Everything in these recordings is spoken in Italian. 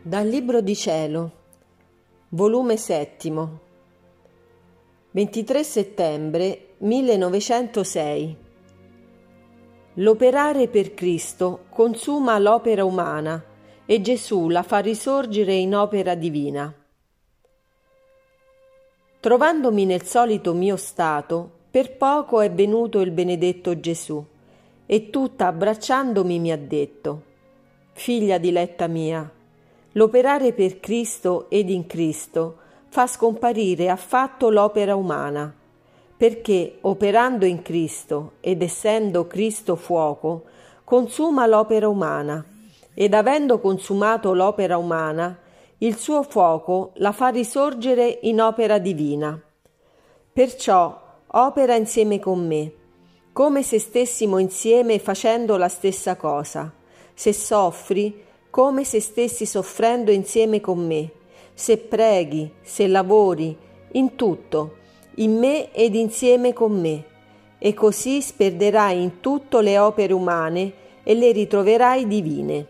Dal Libro di Cielo, volume 7, 23 settembre 1906. L'operare per Cristo consuma l'opera umana e Gesù la fa risorgere in opera divina. Trovandomi nel solito mio stato, per poco è venuto il benedetto Gesù, e tutta abbracciandomi mi ha detto: «Figlia diletta mia, l'operare per Cristo ed in Cristo fa scomparire affatto l'opera umana, perché operando in Cristo ed essendo Cristo fuoco, consuma l'opera umana, ed avendo consumato l'opera umana, il suo fuoco la fa risorgere in opera divina. Perciò opera insieme con me, come se stessimo insieme facendo la stessa cosa. Se soffri, come se stessi soffrendo insieme con me. Se preghi, se lavori, in tutto, in me ed insieme con me. E così sperderai in tutto le opere umane e le ritroverai divine.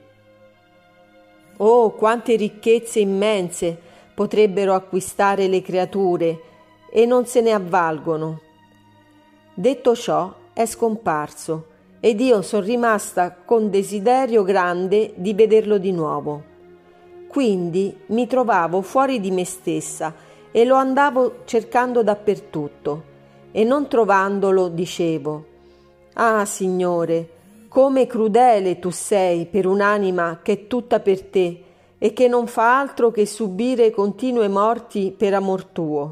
Oh, quante ricchezze immense potrebbero acquistare le creature e non se ne avvalgono. Detto ciò, è scomparso ed io sono rimasta con desiderio grande di vederlo di nuovo. Quindi mi trovavo fuori di me stessa e lo andavo cercando dappertutto, e non trovandolo dicevo: «Ah, Signore, come crudele tu sei per un'anima che è tutta per te e che non fa altro che subire continue morti per amor tuo.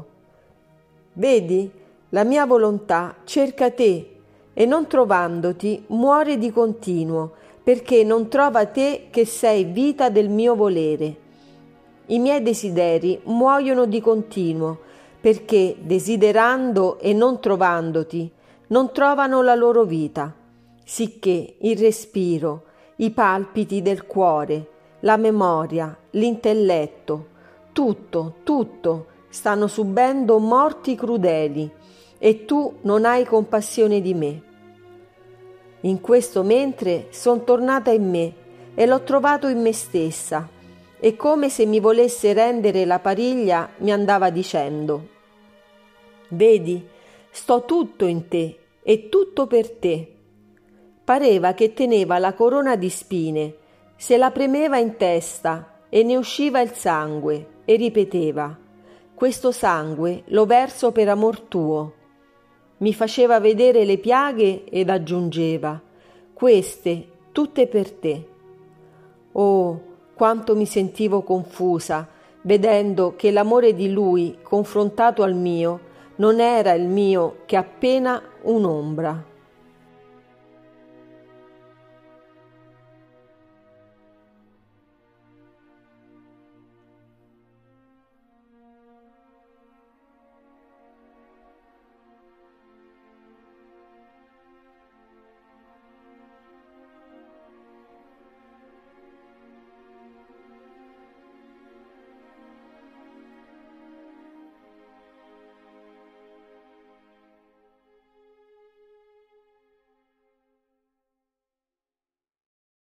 Vedi, la mia volontà cerca te e non trovandoti muore di continuo, perché non trova te che sei vita del mio volere. I miei desideri muoiono di continuo, perché desiderando e non trovandoti non trovano la loro vita, sicché il respiro, i palpiti del cuore, la memoria, l'intelletto, tutto stanno subendo morti crudeli, e tu non hai compassione di me. In questo mentre son tornata in me e l'ho trovato in me stessa, e come se mi volesse rendere la pariglia mi andava dicendo: «Vedi, sto tutto in te e tutto per te». Pareva che teneva la corona di spine, se la premeva in testa e ne usciva il sangue, e ripeteva: «Questo sangue lo verso per amor tuo». Mi faceva vedere le piaghe ed aggiungeva: «Queste tutte per te». Oh, quanto mi sentivo confusa, vedendo che l'amore di lui confrontato al mio non era il mio che appena un'ombra.